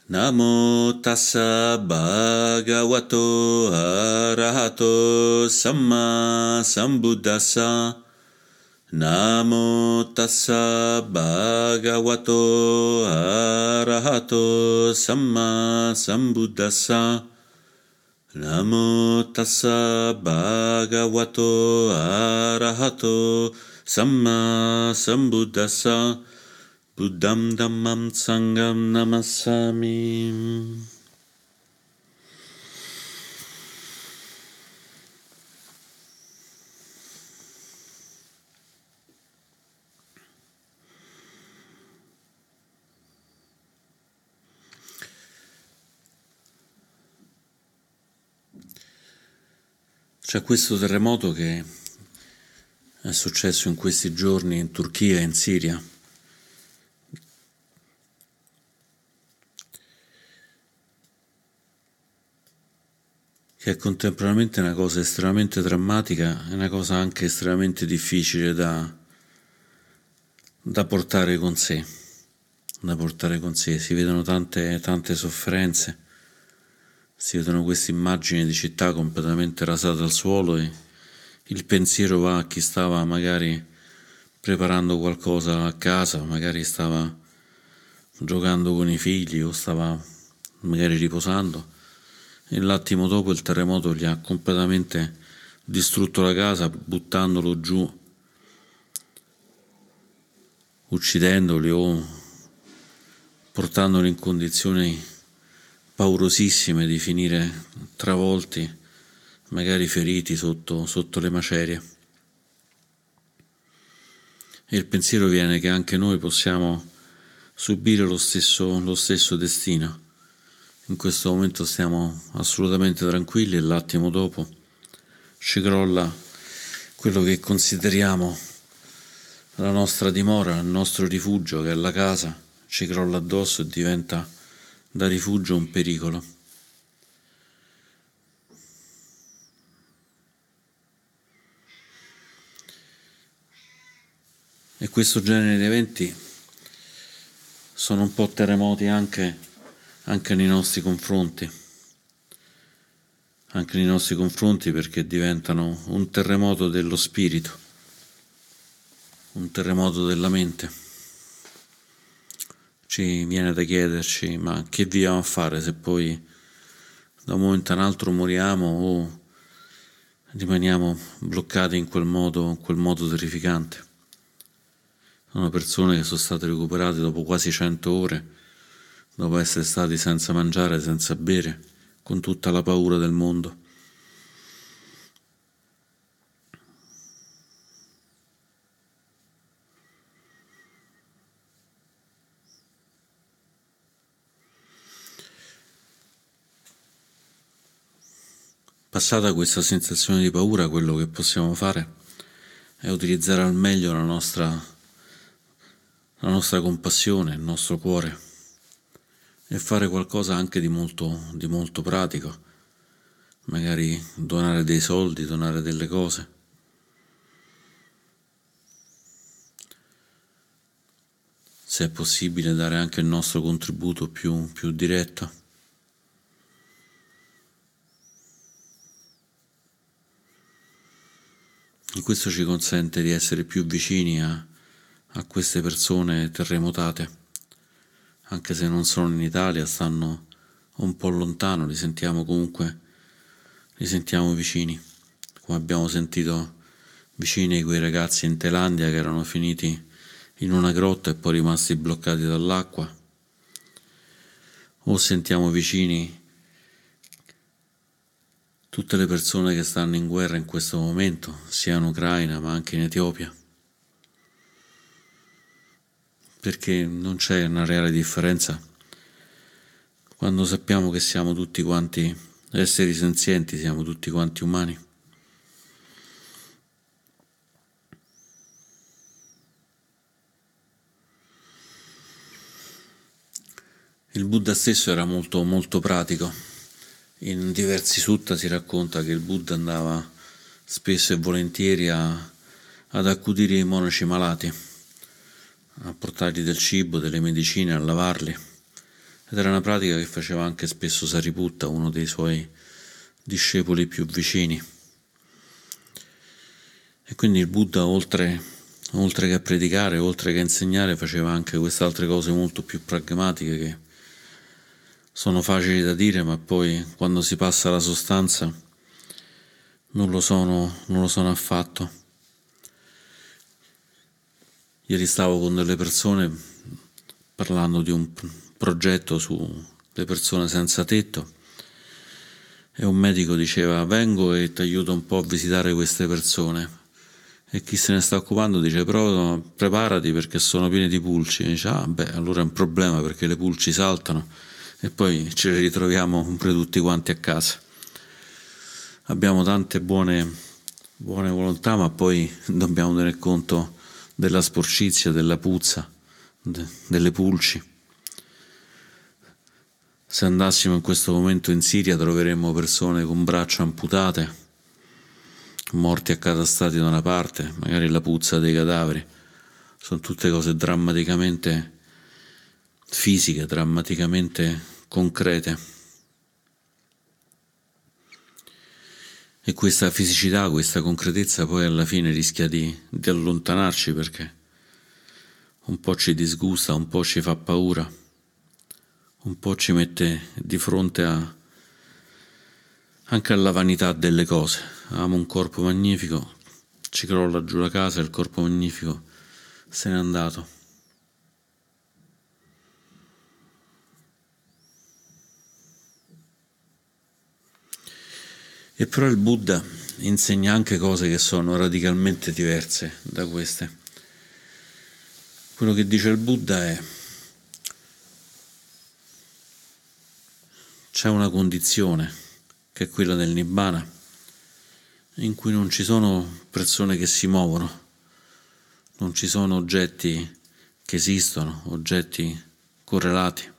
Namo tassa bhagavato arahato samma sambuddhassa. Namo tassa bhagavato arahato samma sambuddhassa. Namo tassa bhagavato arahato samma sambuddhassa. Buddham Dhammam Sangham Namassami. C'è questo terremoto che è successo in questi giorni in Turchia e in Siria. Che è contemporaneamente una cosa estremamente drammatica e una cosa anche estremamente difficile da portare con sé. Si vedono tante sofferenze, si vedono queste immagini di città completamente rasate al suolo e il pensiero va a chi stava magari preparando qualcosa a casa, magari stava giocando con i figli o stava magari riposando. E l'attimo dopo il terremoto gli ha completamente distrutto la casa, buttandolo giù, uccidendoli o portandoli in condizioni paurosissime di finire travolti, magari feriti sotto le macerie. E il pensiero viene che anche noi possiamo subire lo stesso destino. In questo momento stiamo assolutamente tranquilli e l'attimo dopo ci crolla quello che consideriamo la nostra dimora, il nostro rifugio, che è la casa, ci crolla addosso e diventa da rifugio un pericolo. E questo genere di eventi sono un po' terremoti anche nei nostri confronti, perché diventano un terremoto dello spirito, un terremoto della mente. Ci viene da chiederci: ma che viviamo a fare se poi da un momento all'altro moriamo o rimaniamo bloccati in quel modo terrificante? Sono persone che sono state recuperate dopo quasi 100 ore, dopo essere stati senza mangiare, senza bere, con tutta la paura del mondo. Passata questa sensazione di paura, quello che possiamo fare è utilizzare al meglio la nostra compassione, il nostro cuore, e fare qualcosa anche di molto pratico, magari donare dei soldi, donare delle cose. Se è possibile dare anche il nostro contributo più diretto. E questo ci consente di essere più vicini a queste persone terremotate, anche se non sono in Italia, stanno un po' lontano, li sentiamo vicini, come abbiamo sentito vicini quei ragazzi in Thailandia che erano finiti in una grotta e poi rimasti bloccati dall'acqua, o sentiamo vicini tutte le persone che stanno in guerra in questo momento, sia in Ucraina ma anche in Etiopia, perché non c'è una reale differenza quando sappiamo che siamo tutti quanti esseri senzienti, siamo tutti quanti umani. Il Buddha stesso era molto pratico. In diversi sutta si racconta che il Buddha andava spesso e volentieri ad accudire i monaci malati, a portargli del cibo, delle medicine, a lavarli. ed era una pratica che faceva anche spesso Sariputta, uno dei suoi discepoli più vicini. E quindi il Buddha, oltre che a predicare, oltre che a insegnare, faceva anche queste altre cose molto più pragmatiche che sono facili da dire, ma poi quando si passa alla sostanza non lo sono affatto. Ieri stavo con delle persone parlando di un progetto sulle persone senza tetto e un medico diceva: vengo e ti aiuto un po' a visitare queste persone. E chi se ne sta occupando dice: però preparati perché sono pieni di pulci. E dice: allora è un problema perché le pulci saltano e poi ce le ritroviamo sempre tutti quanti a casa. Abbiamo tante buone volontà, ma poi dobbiamo tener conto della sporcizia, della puzza, delle pulci. Se andassimo in questo momento in Siria troveremmo persone con braccia amputate, morti accatastati da una parte, magari la puzza dei cadaveri. Sono tutte cose drammaticamente fisiche, drammaticamente concrete. E questa fisicità, questa concretezza poi alla fine rischia di allontanarci, perché un po' ci disgusta, un po' ci fa paura, un po' ci mette di fronte anche alla vanità delle cose. Amo un corpo magnifico, ci crolla giù la casa, il corpo magnifico se n'è andato. E però il Buddha insegna anche cose che sono radicalmente diverse da queste. Quello che dice il Buddha è: c'è una condizione, che è quella del Nibbana, in cui non ci sono persone che si muovono, non ci sono oggetti che esistono, oggetti correlati.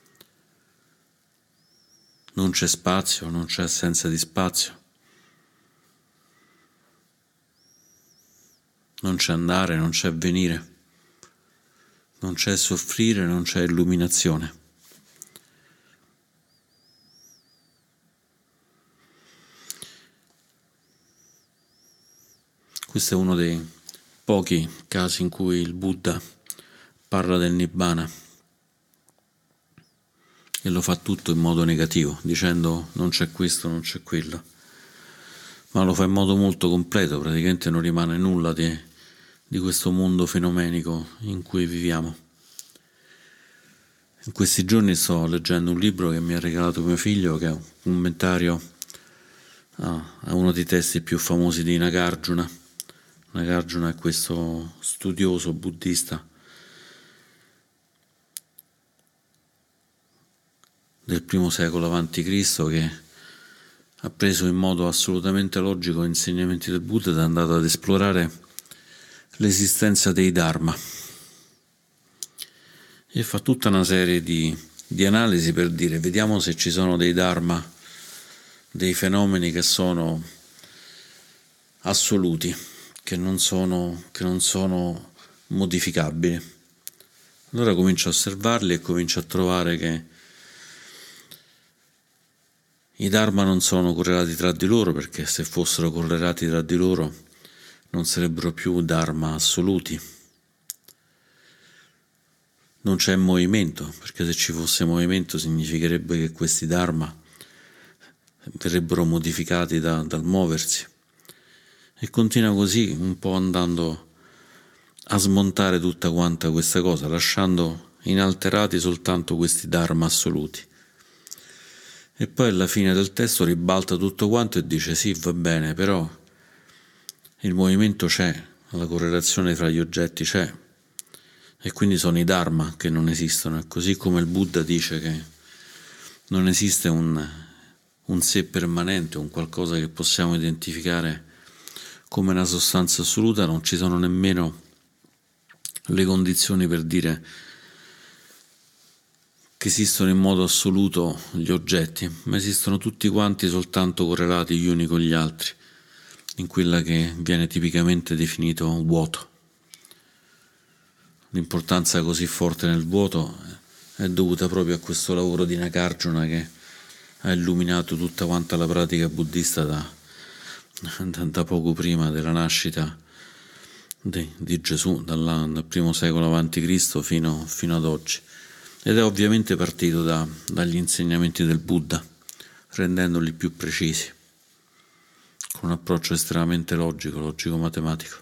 Non c'è spazio, non c'è assenza di spazio. Non c'è andare, non c'è venire. Non c'è soffrire, non c'è illuminazione. Questo è uno dei pochi casi in cui il Buddha parla del Nibbana. E lo fa tutto in modo negativo, dicendo non c'è questo, non c'è quello. Ma lo fa in modo molto completo, praticamente non rimane nulla di questo mondo fenomenico in cui viviamo. In questi giorni sto leggendo un libro che mi ha regalato mio figlio, che è un commentario a uno dei testi più famosi di Nagarjuna. Nagarjuna è questo studioso buddista del I secolo a.C. che ha preso in modo assolutamente logico gli insegnamenti del Buddha ed è andato ad esplorare l'esistenza dei Dharma e fa tutta una serie di analisi per dire: vediamo se ci sono dei Dharma, dei fenomeni che sono assoluti, che non sono modificabili. Allora comincio a osservarli e comincio a trovare che i Dharma non sono correlati tra di loro, perché se fossero correlati tra di loro non sarebbero più Dharma assoluti. Non c'è movimento, perché se ci fosse movimento significherebbe che questi Dharma verrebbero modificati dal muoversi. E continua così, un po' andando a smontare tutta quanta questa cosa, lasciando inalterati soltanto questi Dharma assoluti. E poi alla fine del testo ribalta tutto quanto e dice: sì, va bene, però il movimento c'è, la correlazione tra gli oggetti c'è, e quindi sono i Dharma che non esistono. E così come il Buddha dice che non esiste un sé permanente, un qualcosa che possiamo identificare come una sostanza assoluta, non ci sono nemmeno le condizioni per dire che esistono in modo assoluto gli oggetti, ma esistono tutti quanti soltanto correlati gli uni con gli altri, in quella che viene tipicamente definito vuoto. L'importanza così forte nel vuoto è dovuta proprio a questo lavoro di Nagarjuna che ha illuminato tutta quanta la pratica buddista da poco prima della nascita di Gesù, dal primo secolo avanti Cristo fino ad oggi. Ed è ovviamente partito dagli insegnamenti del Buddha, rendendoli più precisi, con un approccio estremamente logico-matematico.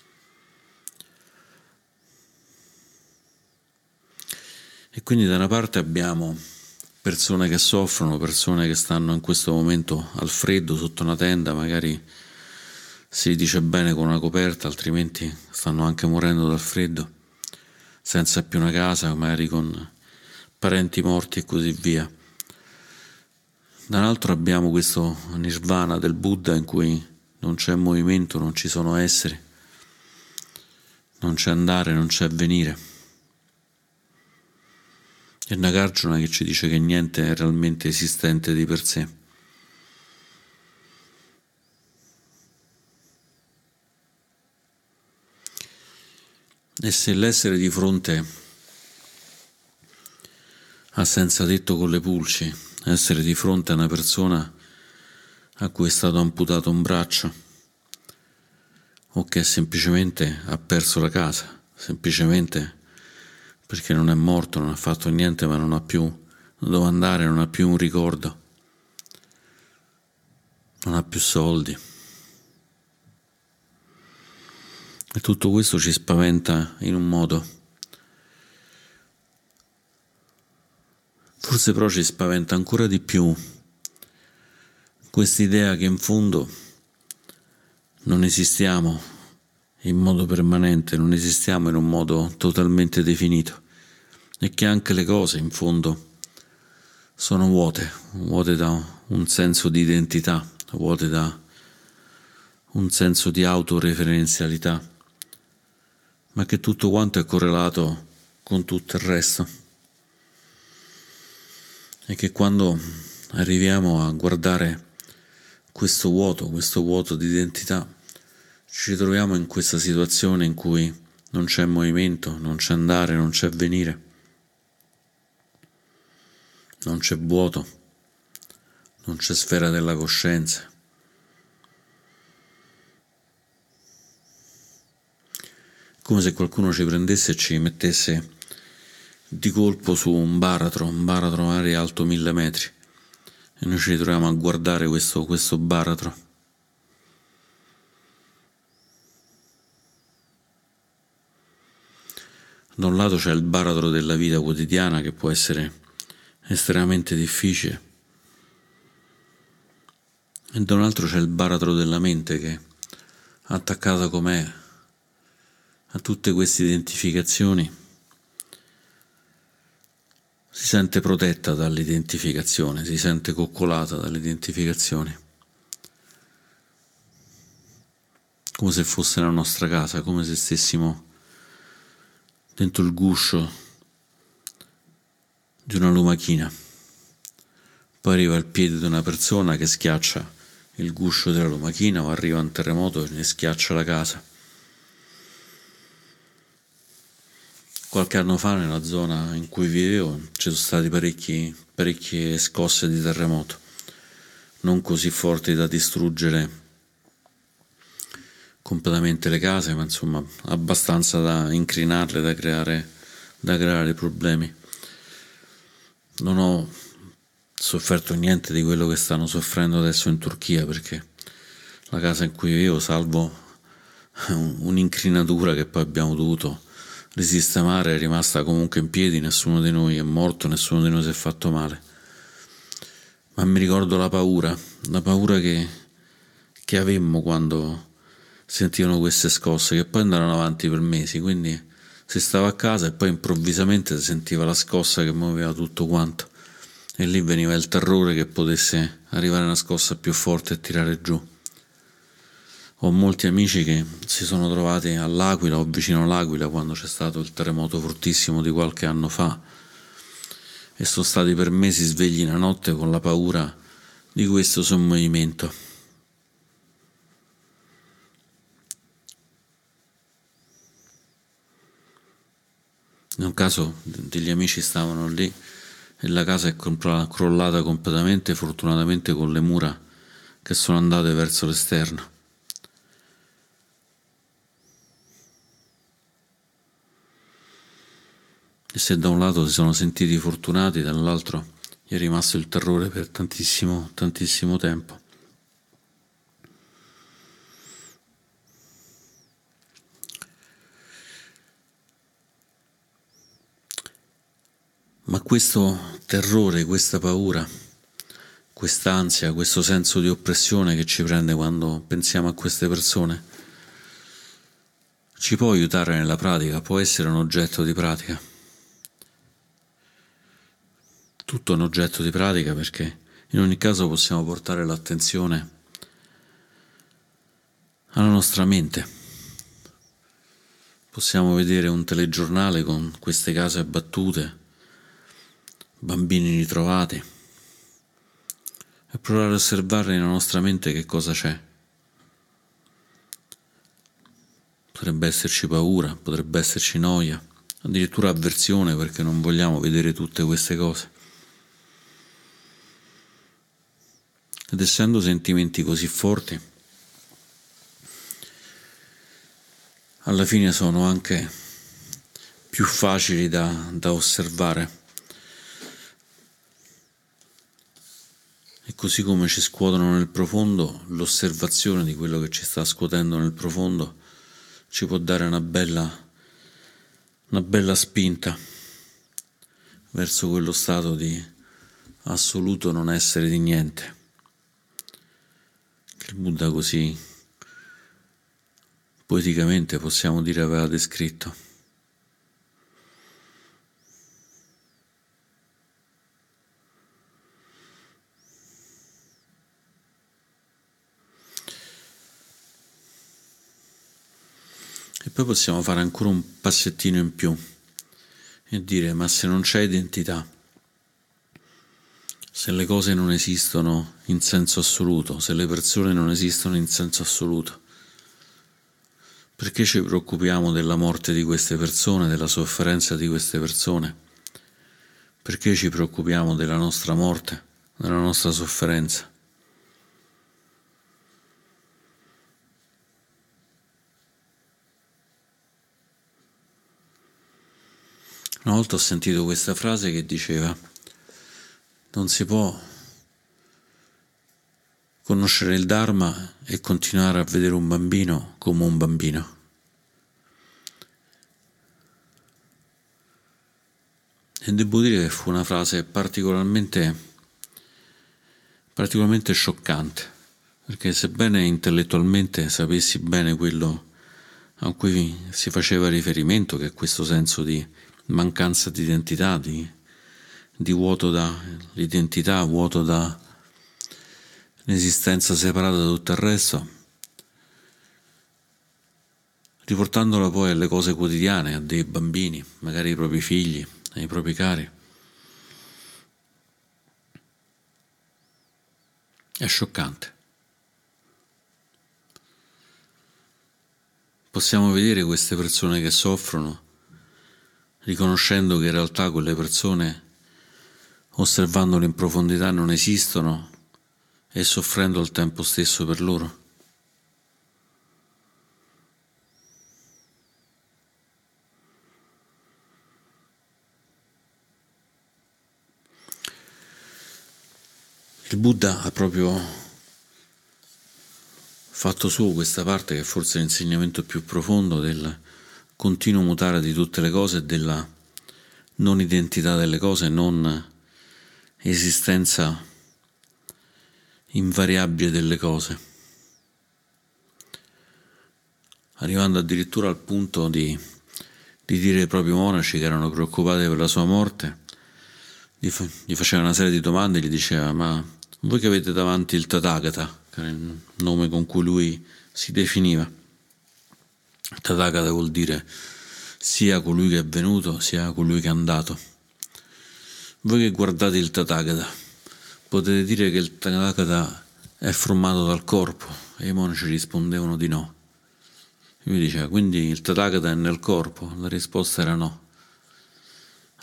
E quindi da una parte abbiamo persone che soffrono, persone che stanno in questo momento al freddo sotto una tenda, magari si dice bene con una coperta, altrimenti stanno anche morendo dal freddo, senza più una casa, magari con parenti morti e così via. Dall'altro abbiamo questo nirvana del Buddha in cui non c'è movimento, non ci sono esseri, non c'è andare, non c'è venire. E Nagarjuna che ci dice che niente è realmente esistente di per sé. E se l'essere di fronte a senza tetto con le pulci, essere di fronte a una persona a cui è stato amputato un braccio, o che semplicemente ha perso la casa, semplicemente perché non è morto, non ha fatto niente, ma non ha più dove andare, non ha più un ricordo, non ha più soldi. E tutto questo ci spaventa in un modo. Forse però ci spaventa ancora di più quest'idea che in fondo non esistiamo in modo permanente, non esistiamo in un modo totalmente definito e che anche le cose in fondo sono vuote da un senso di identità, vuote da un senso di autoreferenzialità, ma che tutto quanto è correlato con tutto il resto e che quando arriviamo a guardare questo vuoto di identità, ci troviamo in questa situazione in cui non c'è movimento, non c'è andare, non c'è venire, non c'è vuoto, non c'è sfera della coscienza. Come se qualcuno ci prendesse e ci mettesse di colpo su un baratro magari alto 1000 metri, e noi ci ritroviamo a guardare questo baratro. Da un lato c'è il baratro della vita quotidiana che può essere estremamente difficile, e da un altro c'è il baratro della mente che, attaccata com'è a tutte queste identificazioni, si sente protetta dall'identificazione, si sente coccolata dalle identificazioni, come se fosse la nostra casa, come se stessimo dentro il guscio di una lumachina. Poi arriva il piede di una persona che schiaccia il guscio della lumachina, o arriva un terremoto e ne schiaccia la casa. Qualche anno fa nella zona in cui vivevo ci sono stati parecchie scosse di terremoto, non così forti da distruggere completamente le case, ma insomma abbastanza da incrinarle, da creare problemi. Non ho sofferto niente di quello che stanno soffrendo adesso in Turchia, perché la casa in cui vivo, salvo un'incrinatura che poi abbiamo dovuto risistemare, è rimasta comunque in piedi, nessuno di noi è morto, nessuno di noi si è fatto male. Ma mi ricordo la paura che avemmo quando sentivano queste scosse, che poi andarono avanti per mesi, quindi si stava a casa e poi improvvisamente si sentiva la scossa che muoveva tutto quanto, e lì veniva il terrore che potesse arrivare una scossa più forte e tirare giù. Ho molti amici che si sono trovati all'Aquila o vicino all'Aquila quando c'è stato il terremoto fortissimo di qualche anno fa, e sono stati per mesi svegli la notte con la paura di questo sommovimento. un caso degli amici stavano lì e la casa è crollata completamente, fortunatamente con le mura che sono andate verso l'esterno. E se da un lato si sono sentiti fortunati, dall'altro gli è rimasto il terrore per tantissimo, tantissimo tempo. Ma questo terrore, questa paura, quest'ansia, questo senso di oppressione che ci prende quando pensiamo a queste persone, ci può aiutare nella pratica, può essere un oggetto di pratica. Tutto è un oggetto di pratica perché in ogni caso possiamo portare l'attenzione alla nostra mente. Possiamo vedere un telegiornale con queste case abbattute, bambini ritrovati, e provare a osservare nella nostra mente che cosa c'è. Potrebbe esserci paura, potrebbe esserci noia, addirittura avversione perché non vogliamo vedere tutte queste cose. Ed essendo sentimenti così forti, alla fine sono anche più facili da osservare. E così come ci scuotono nel profondo, l'osservazione di quello che ci sta scuotendo nel profondo ci può dare una bella spinta verso quello stato di assoluto non essere di niente, che il Buddha così poeticamente possiamo dire aveva descritto. E poi possiamo fare ancora un passettino in più e dire: ma se non c'è identità, se le cose non esistono in senso assoluto, se le persone non esistono in senso assoluto, perché ci preoccupiamo della morte di queste persone, della sofferenza di queste persone? Perché ci preoccupiamo della nostra morte, della nostra sofferenza? Una volta ho sentito questa frase che diceva: non si può conoscere il Dharma e continuare a vedere un bambino come un bambino. E devo dire che fu una frase particolarmente scioccante, perché sebbene intellettualmente sapessi bene quello a cui si faceva riferimento, che è questo senso di mancanza di identità, di vuoto dall'identità, vuoto da l'esistenza separata da tutto il resto, riportandola poi alle cose quotidiane, a dei bambini, magari ai propri figli, ai propri cari, è scioccante. Possiamo vedere queste persone che soffrono, riconoscendo che in realtà quelle persone, osservandole in profondità, non esistono e soffrendo al tempo stesso per loro. Il Buddha ha proprio fatto suo questa parte, che forse è l'insegnamento più profondo del continuo mutare di tutte le cose e della non identità delle cose, non esistenza invariabile delle cose, arrivando addirittura al punto di dire ai propri monaci che erano preoccupati per la sua morte, gli faceva una serie di domande e gli diceva: ma voi che avete davanti il Tathagata, che era il nome con cui lui si definiva. Tathagata vuol dire sia colui che è venuto sia colui che è andato. Voi che guardate il Tathagata, potete dire che il Tathagata è formato dal corpo? E i monaci rispondevano di no. E lui diceva: quindi il Tathagata è nel corpo? La risposta era no.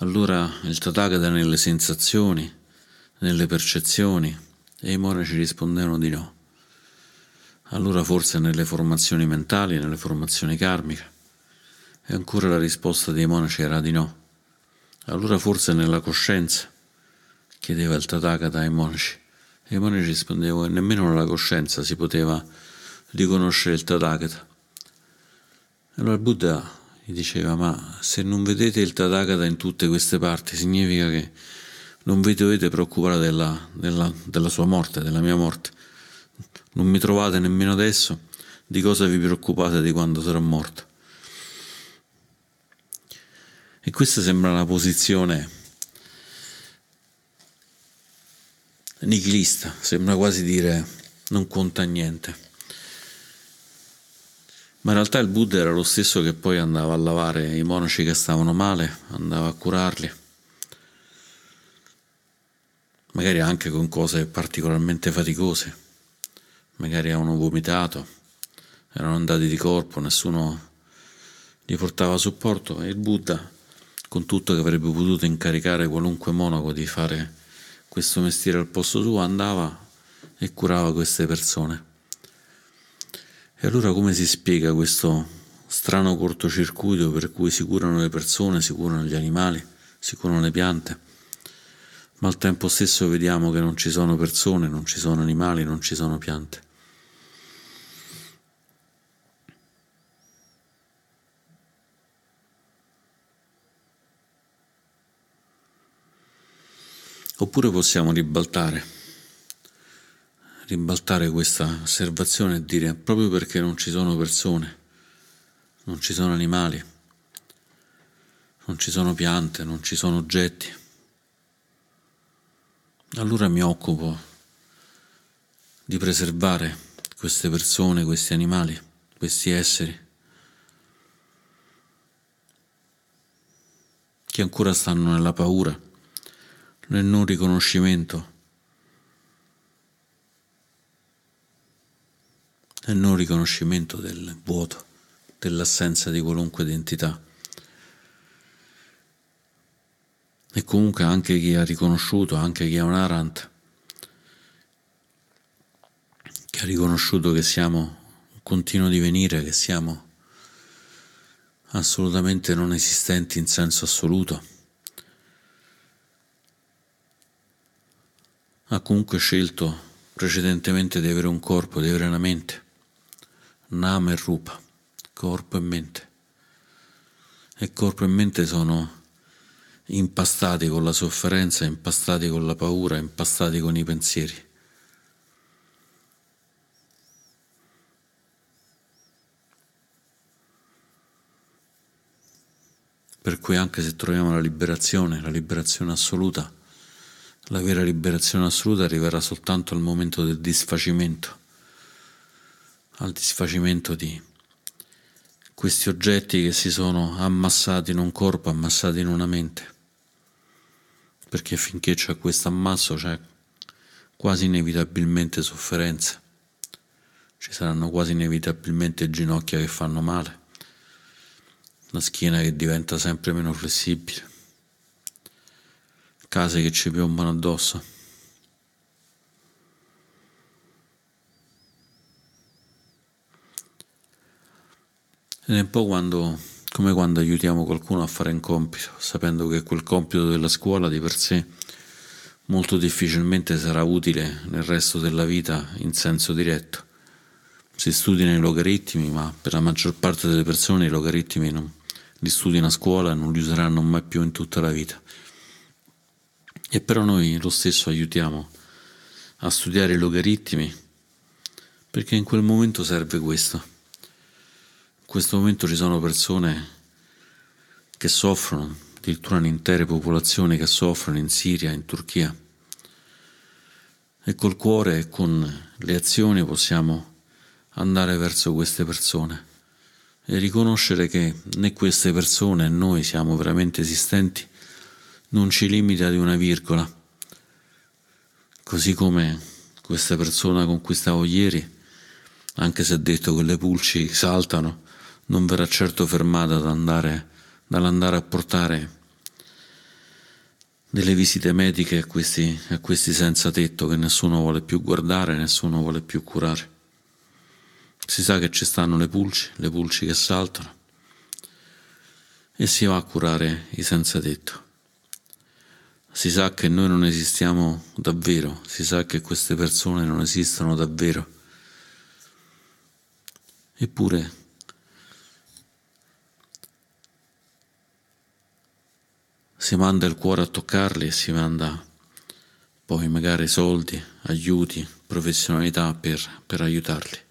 Allora il Tathagata nelle sensazioni, nelle percezioni, e i monaci rispondevano di no. Allora forse nelle formazioni mentali, nelle formazioni karmiche, e ancora la risposta dei monaci era di no. Allora forse nella coscienza, chiedeva il Tathagata ai monaci, e i monaci rispondevano che nemmeno nella coscienza si poteva riconoscere il Tathagata. Allora il Buddha gli diceva: ma se non vedete il Tathagata in tutte queste parti, significa che non vi dovete preoccupare della sua morte, della mia morte. Non mi trovate nemmeno adesso, di cosa vi preoccupate di quando sarò morto? E questa sembra una posizione nichilista, sembra quasi dire non conta niente. Ma in realtà il Buddha era lo stesso che poi andava a lavare i monaci che stavano male, andava a curarli, magari anche con cose particolarmente faticose. Magari avevano vomitato, erano andati di corpo, nessuno gli portava supporto, e il Buddha, con tutto che avrebbe potuto incaricare qualunque monaco di fare questo mestiere al posto suo, andava e curava queste persone. E allora come si spiega questo strano cortocircuito per cui si curano le persone, si curano gli animali, si curano le piante, ma al tempo stesso vediamo che non ci sono persone, non ci sono animali, non ci sono piante? Oppure possiamo ribaltare questa osservazione e dire: proprio perché non ci sono persone, non ci sono animali, non ci sono piante, non ci sono oggetti, allora mi occupo di preservare queste persone, questi animali, questi esseri che ancora stanno nella paura, nel non riconoscimento, del vuoto, dell'assenza di qualunque identità. E comunque anche chi ha riconosciuto, anche chi è un Arahant, che ha riconosciuto che siamo un continuo divenire, che siamo assolutamente non esistenti in senso assoluto, ha comunque scelto precedentemente di avere un corpo, di avere una mente, Nama e Rupa, corpo e mente. E corpo e mente sono impastati con la sofferenza, impastati con la paura, impastati con i pensieri. Per cui anche se troviamo la liberazione assoluta, la vera liberazione assoluta arriverà soltanto al momento del disfacimento, al disfacimento di questi oggetti che si sono ammassati in un corpo, ammassati in una mente. Perché finché c'è questo ammasso c'è quasi inevitabilmente sofferenza, ci saranno quasi inevitabilmente ginocchia che fanno male, la schiena che diventa sempre meno flessibile, case che ci piombano addosso. Ed è un po' come quando aiutiamo qualcuno a fare un compito, sapendo che quel compito della scuola di per sé molto difficilmente sarà utile nel resto della vita in senso diretto. Si studiano i logaritmi, ma per la maggior parte delle persone i logaritmi non li studiano a scuola e non li useranno mai più in tutta la vita. E però noi lo stesso aiutiamo a studiare i logaritmi, perché in quel momento serve questo. In questo momento ci sono persone che soffrono, addirittura intere popolazioni che soffrono in Siria, in Turchia. E col cuore e con le azioni possiamo andare verso queste persone e riconoscere che né queste persone né noi siamo veramente esistenti non ci limita di una virgola. Così come questa persona con cui stavo ieri, anche se ha detto che le pulci saltano, non verrà certo fermata dall'andare a portare delle visite mediche a questi senza tetto che nessuno vuole più guardare, nessuno vuole più curare. Si sa che ci stanno le pulci che saltano, e si va a curare i senza tetto. Si sa che noi non esistiamo davvero, si sa che queste persone non esistono davvero. Eppure si manda il cuore a toccarli e si manda poi magari soldi, aiuti, professionalità per aiutarli.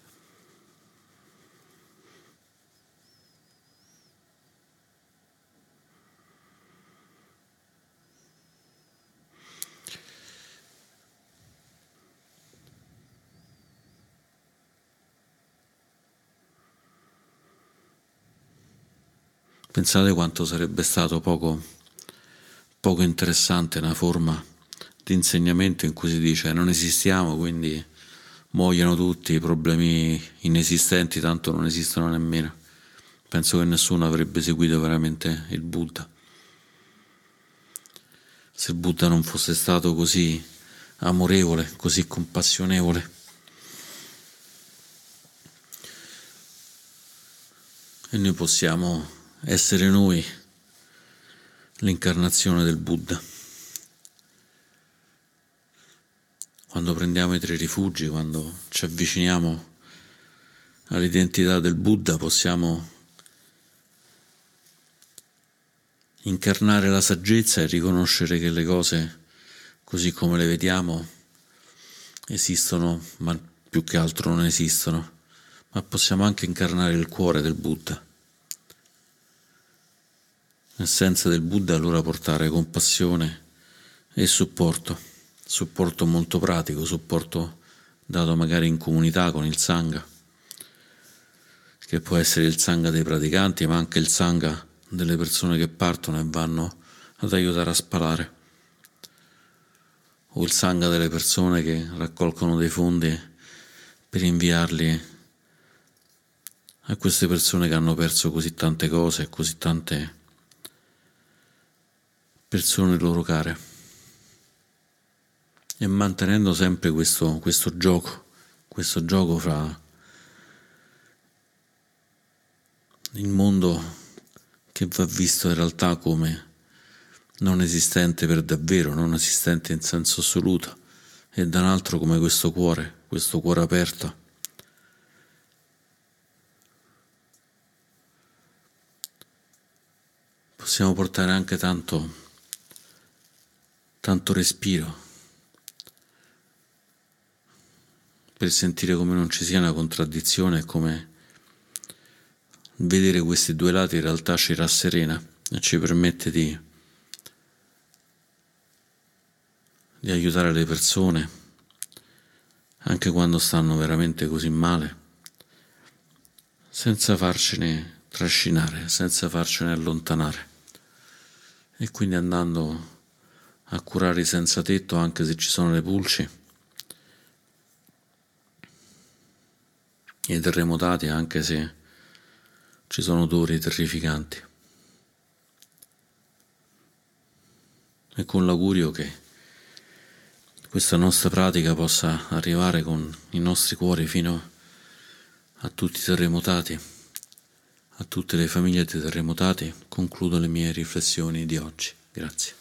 Pensate quanto sarebbe stato poco interessante una forma di insegnamento in cui si dice non esistiamo, quindi muoiono tutti, i problemi inesistenti tanto non esistono nemmeno. Penso che nessuno avrebbe seguito veramente il Buddha. Se il Buddha non fosse stato così amorevole, così compassionevole. E noi possiamo essere noi l'incarnazione del Buddha. Quando prendiamo i tre rifugi, quando ci avviciniamo all'identità del Buddha, possiamo incarnare la saggezza e riconoscere che le cose, così come le vediamo, esistono, ma più che altro non esistono. Ma possiamo anche incarnare il cuore del Buddha. L'essenza del Buddha allora portare compassione e supporto molto pratico, supporto dato magari in comunità con il Sangha, che può essere il Sangha dei praticanti, ma anche il Sangha delle persone che partono e vanno ad aiutare a spalare, o il Sangha delle persone che raccolgono dei fondi per inviarli a queste persone che hanno perso così tante cose, così tante persone loro care, e mantenendo sempre questo gioco fra il mondo che va visto in realtà come non esistente per davvero, non esistente in senso assoluto, e da un altro come questo cuore aperto. Possiamo portare anche tanto respiro per sentire come non ci sia una contraddizione e come vedere questi due lati in realtà ci rasserena e ci permette di aiutare le persone anche quando stanno veramente così male, senza farcene trascinare, senza farcene allontanare, e quindi andando a curare i senza tetto anche se ci sono le pulci, e i terremotati anche se ci sono odori terrificanti, e con l'augurio che questa nostra pratica possa arrivare con i nostri cuori fino a tutti i terremotati, a tutte le famiglie dei terremotati. Concludo le mie riflessioni di oggi. Grazie.